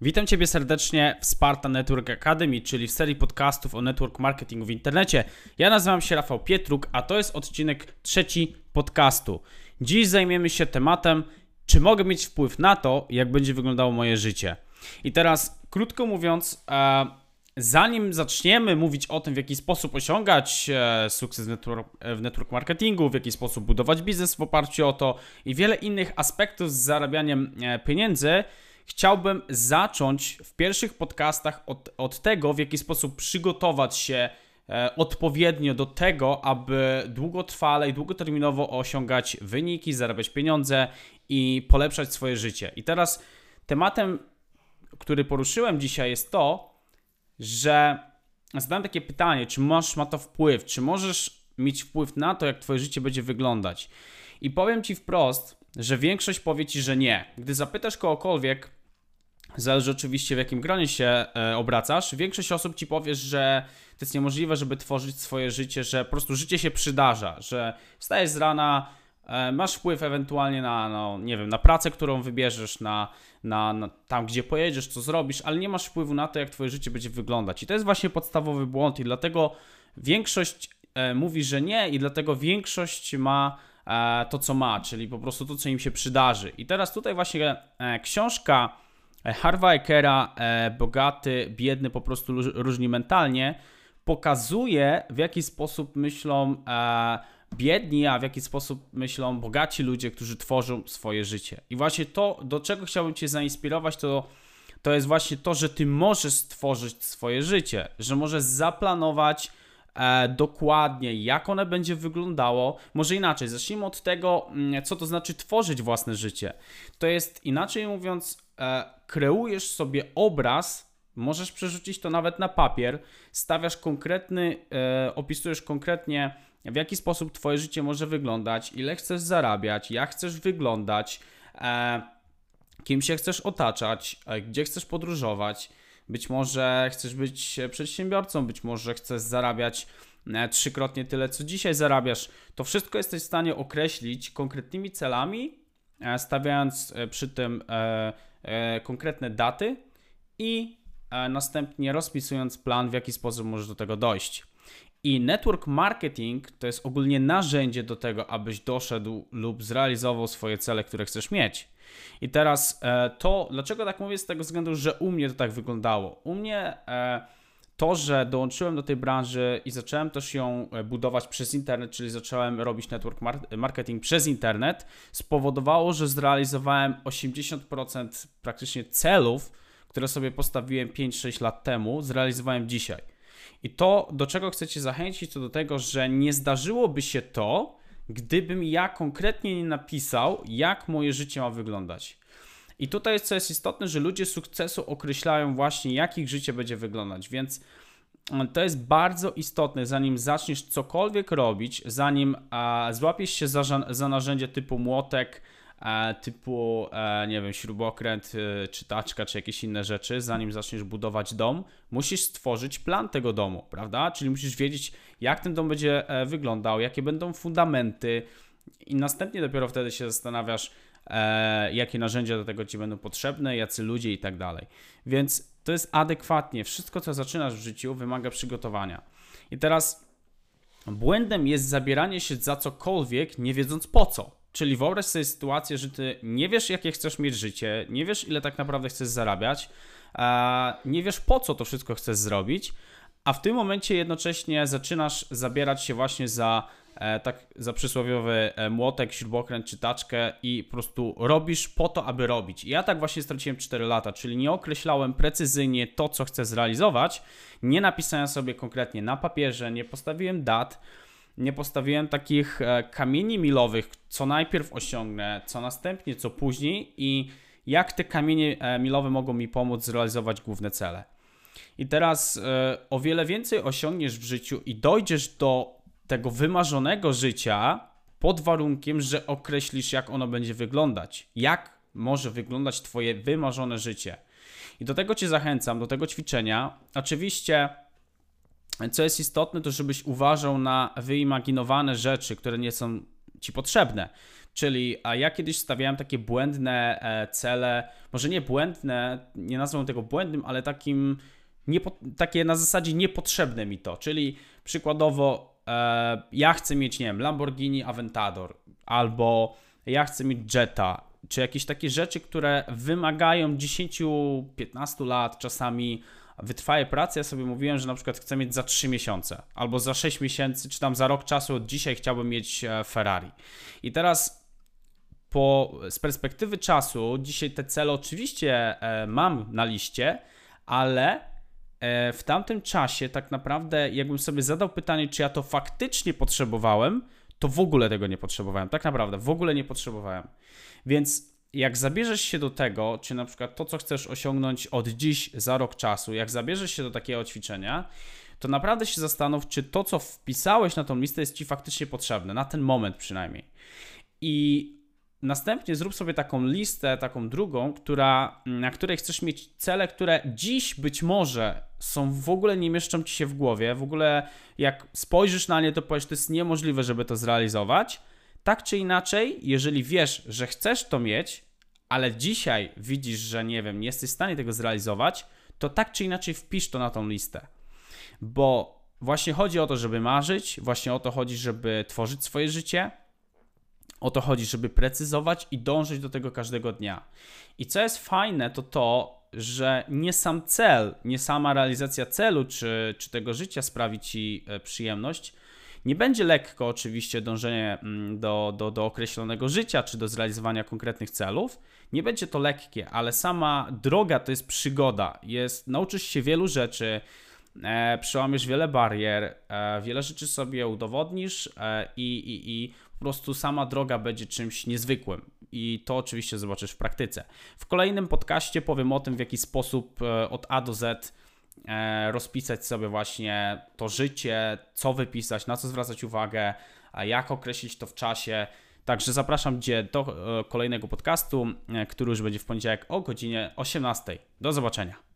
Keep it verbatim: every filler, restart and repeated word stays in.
Witam Ciebie serdecznie w Spartan Network Academy, czyli w serii podcastów o network marketingu w internecie. Ja nazywam się Rafał Pietruk, a to jest odcinek trzeci podcastu. Dziś zajmiemy się tematem, czy mogę mieć wpływ na to, jak będzie wyglądało moje życie. I teraz, krótko mówiąc, e, zanim zaczniemy mówić o tym, w jaki sposób osiągać e, sukces w network, w network marketingu, w jaki sposób budować biznes w oparciu o to i wiele innych aspektów z zarabianiem e, pieniędzy, chciałbym zacząć w pierwszych podcastach od, od tego, w jaki sposób przygotować się e, odpowiednio do tego, aby długotrwale i długoterminowo osiągać wyniki, zarabiać pieniądze i polepszać swoje życie. I teraz tematem, który poruszyłem dzisiaj, jest to, że zadałem takie pytanie, czy masz na to wpływ, czy możesz mieć wpływ na to, jak twoje życie będzie wyglądać. I powiem Ci wprost, że większość powie Ci, że nie. Gdy zapytasz kogokolwiek, zależy oczywiście w jakim gronie się e, obracasz, większość osób Ci powie, że to jest niemożliwe, żeby tworzyć swoje życie, że po prostu życie się przydarza, że wstajesz z rana, e, masz wpływ ewentualnie na, no, nie wiem, na pracę, którą wybierzesz, na, na, na tam, gdzie pojedziesz, co zrobisz, ale nie masz wpływu na to, jak Twoje życie będzie wyglądać. I to jest właśnie podstawowy błąd i dlatego większość e, mówi, że nie i dlatego większość ma to, co ma, czyli po prostu to, co im się przydarzy. I teraz tutaj właśnie książka Harva Ekera, Bogaty, biedny, po prostu różni mentalnie, pokazuje, w jaki sposób myślą biedni, a w jaki sposób myślą bogaci ludzie, którzy tworzą swoje życie. I właśnie to, do czego chciałbym Cię zainspirować, to, to jest właśnie to, że Ty możesz stworzyć swoje życie, że możesz zaplanować E, dokładnie, jak one będzie wyglądało. Może inaczej, zacznijmy od tego, co to znaczy tworzyć własne życie. To jest, inaczej mówiąc, e, kreujesz sobie obraz, możesz przerzucić to nawet na papier, stawiasz konkretny, e, opisujesz konkretnie, w jaki sposób twoje życie może wyglądać, ile chcesz zarabiać, jak chcesz wyglądać, e, kim się chcesz otaczać, e, gdzie chcesz podróżować. Być może chcesz być przedsiębiorcą, być może chcesz zarabiać trzykrotnie tyle, co dzisiaj zarabiasz. To wszystko jesteś w stanie określić konkretnymi celami, stawiając przy tym konkretne daty i następnie rozpisując plan, w jaki sposób możesz do tego dojść. I network marketing to jest ogólnie narzędzie do tego, abyś doszedł lub zrealizował swoje cele, które chcesz mieć. I teraz to, dlaczego tak mówię? Z tego względu, że u mnie to tak wyglądało. U mnie to, że dołączyłem do tej branży i zacząłem też ją budować przez internet, czyli zacząłem robić network marketing przez internet, spowodowało, że zrealizowałem osiemdziesiąt procent praktycznie celów, które sobie postawiłem pięć sześć lat temu, zrealizowałem dzisiaj. I to, do czego chcę Cię zachęcić, to do tego, że nie zdarzyłoby się to, gdybym ja konkretnie nie napisał, jak moje życie ma wyglądać. I tutaj jest, co jest istotne, że ludzie sukcesu określają właśnie, jak ich życie będzie wyglądać, więc to jest bardzo istotne, zanim zaczniesz cokolwiek robić, zanim a, złapiesz się za, za narzędzie typu młotek, a, typu, a, nie wiem, śrubokręt, y, czy taczka, czy jakieś inne rzeczy, zanim zaczniesz budować dom, musisz stworzyć plan tego domu, prawda? Czyli musisz wiedzieć, jak ten dom będzie e, wyglądał, jakie będą fundamenty i następnie dopiero wtedy się zastanawiasz, e, jakie narzędzia do tego Ci będą potrzebne, jacy ludzie i tak dalej. Więc to jest adekwatnie. Wszystko, co zaczynasz w życiu, wymaga przygotowania. I teraz błędem jest zabieranie się za cokolwiek, nie wiedząc po co. Czyli wyobraź sobie sytuację, że Ty nie wiesz, jakie chcesz mieć życie, nie wiesz, ile tak naprawdę chcesz zarabiać, nie wiesz, po co to wszystko chcesz zrobić, a w tym momencie jednocześnie zaczynasz zabierać się właśnie za, tak, za przysłowiowy młotek, śrubokręt czy taczkę i po prostu robisz po to, aby robić. I ja tak właśnie straciłem cztery lata, czyli nie określałem precyzyjnie to, co chcę zrealizować, nie napisałem sobie konkretnie na papierze, nie postawiłem dat, nie postawiłem takich kamieni milowych, co najpierw osiągnę, co następnie, co później i jak te kamienie milowe mogą mi pomóc zrealizować główne cele. I teraz o wiele więcej osiągniesz w życiu i dojdziesz do tego wymarzonego życia pod warunkiem, że określisz, jak ono będzie wyglądać. Jak może wyglądać Twoje wymarzone życie. I do tego Cię zachęcam, do tego ćwiczenia. Oczywiście, co jest istotne, to żebyś uważał na wyimaginowane rzeczy, które nie są Ci potrzebne. Czyli a ja kiedyś stawiałem takie błędne e, cele, może nie błędne, nie nazwę tego błędnym, ale takim, niepo, takie na zasadzie niepotrzebne mi to. Czyli przykładowo e, ja chcę mieć, nie wiem, Lamborghini Aventador albo ja chcę mieć Jetta, czy jakieś takie rzeczy, które wymagają dziesięć do piętnastu lat, czasami wytrwałej pracy. Ja sobie mówiłem, że na przykład chcę mieć za trzy miesiące albo za sześć miesięcy, czy tam za rok czasu od dzisiaj chciałbym mieć Ferrari. I teraz po, z perspektywy czasu, dzisiaj te cele oczywiście e, mam na liście, ale e, w tamtym czasie tak naprawdę jakbym sobie zadał pytanie, czy ja to faktycznie potrzebowałem, to w ogóle tego nie potrzebowałem. Tak naprawdę w ogóle nie potrzebowałem. Więc jak zabierzesz się do tego, czy na przykład to, co chcesz osiągnąć od dziś za rok czasu, jak zabierzesz się do takiego ćwiczenia, to naprawdę się zastanów, czy to, co wpisałeś na tą listę, jest Ci faktycznie potrzebne, na ten moment przynajmniej. I następnie zrób sobie taką listę, taką drugą, która, na której chcesz mieć cele, które dziś być może są w ogóle nie mieszczą Ci się w głowie, w ogóle jak spojrzysz na nie, to powiesz, to jest niemożliwe, żeby to zrealizować. Tak czy inaczej, jeżeli wiesz, że chcesz to mieć, ale dzisiaj widzisz, że nie wiem, nie jesteś w stanie tego zrealizować, to tak czy inaczej wpisz to na tą listę. Bo właśnie chodzi o to, żeby marzyć, właśnie o to chodzi, żeby tworzyć swoje życie, o to chodzi, żeby precyzować i dążyć do tego każdego dnia. I co jest fajne, to to, że nie sam cel, nie sama realizacja celu czy, czy tego życia sprawi Ci przyjemność. Nie będzie lekko oczywiście dążenie do, do, do określonego życia czy do zrealizowania konkretnych celów. Nie będzie to lekkie, ale sama droga to jest przygoda. Jest, nauczysz się wielu rzeczy, e, przełamiesz wiele barier, e, wiele rzeczy sobie udowodnisz e, i, i, i po prostu sama droga będzie czymś niezwykłym. I to oczywiście zobaczysz w praktyce. W kolejnym podcaście powiem o tym, w jaki sposób e, od A do Z rozpisać sobie właśnie to życie, co wypisać, na co zwracać uwagę, a jak określić to w czasie. Także zapraszam Cię do kolejnego podcastu, który już będzie w poniedziałek o godzinie osiemnastej. Do zobaczenia.